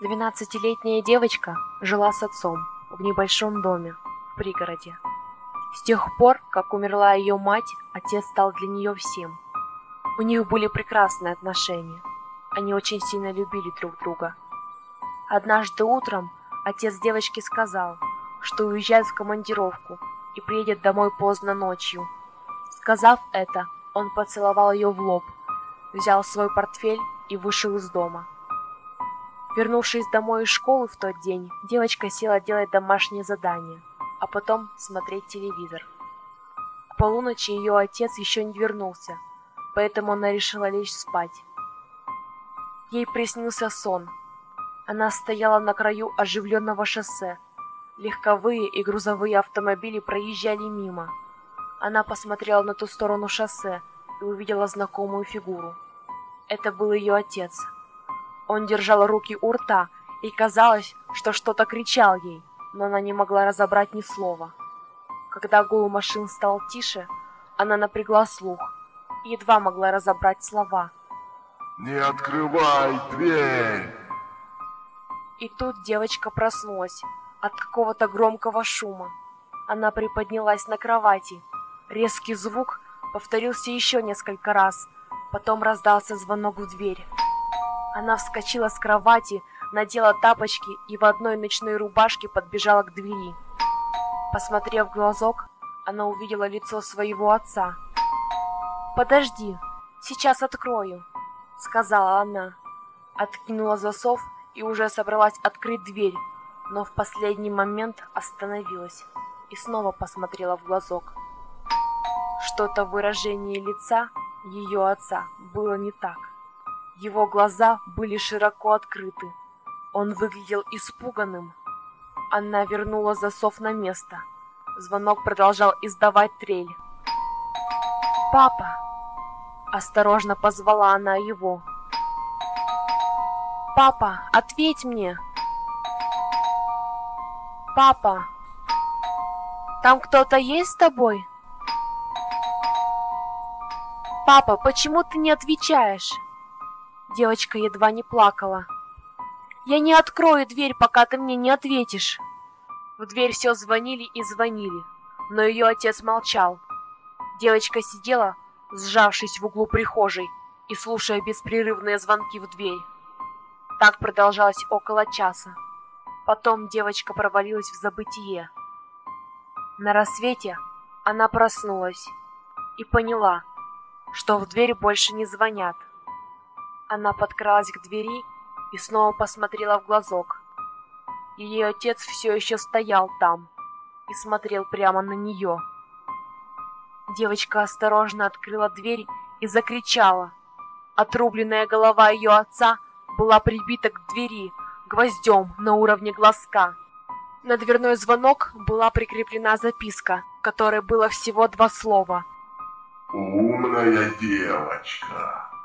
12-летняя девочка жила с отцом в небольшом доме в пригороде. С тех пор, как умерла ее мать, отец стал для нее всем. У них были прекрасные отношения. Они очень сильно любили друг друга. Однажды утром отец девочки сказал, что уезжает в командировку и приедет домой поздно ночью. Сказав это, он поцеловал ее в лоб, взял свой портфель и вышел из дома. Вернувшись домой из школы в тот день, девочка села делать домашнее задание, а потом смотреть телевизор. К полуночи ее отец еще не вернулся, поэтому она решила лечь спать. Ей приснился сон. Она стояла на краю оживленного шоссе. Легковые и грузовые автомобили проезжали мимо. Она посмотрела на ту сторону шоссе и увидела знакомую фигуру. Это был ее отец. Он держал руки у рта, и казалось, что что-то кричал ей, но она не могла разобрать ни слова. Когда гул машин стал тише, она напрягла слух и едва могла разобрать слова. «Не открывай дверь!» И тут девочка проснулась от какого-то громкого шума. Она приподнялась на кровати. Резкий звук повторился еще несколько раз, потом раздался звонок в дверь. Она вскочила с кровати, надела тапочки и в одной ночной рубашке подбежала к двери. Посмотрев в глазок, она увидела лицо своего отца. «Подожди, сейчас открою», — сказала она. Откинула засов и уже собралась открыть дверь, но в последний момент остановилась и снова посмотрела в глазок. Что-то в выражении лица ее отца было не так. Его глаза были широко открыты. Он выглядел испуганным. Она вернула засов на место. Звонок продолжал издавать трель. «Папа!» — осторожно позвала она его. «Папа, ответь мне!» «Папа, там кто-то есть с тобой?» «Папа, почему ты не отвечаешь?» Девочка едва не плакала. «Я не открою дверь, пока ты мне не ответишь!» В дверь все звонили и звонили, но ее отец молчал. Девочка сидела, сжавшись в углу прихожей и слушая беспрерывные звонки в дверь. Так продолжалось около часа. Потом девочка провалилась в забытие. На рассвете она проснулась и поняла, что в дверь больше не звонят. Она подкралась к двери и снова посмотрела в глазок. Ее отец все еще стоял там и смотрел прямо на нее. Девочка осторожно открыла дверь и закричала. Отрубленная голова ее отца была прибита к двери гвоздем на уровне глазка. На дверной звонок была прикреплена записка, в которой было всего 2 слова. «Умная девочка,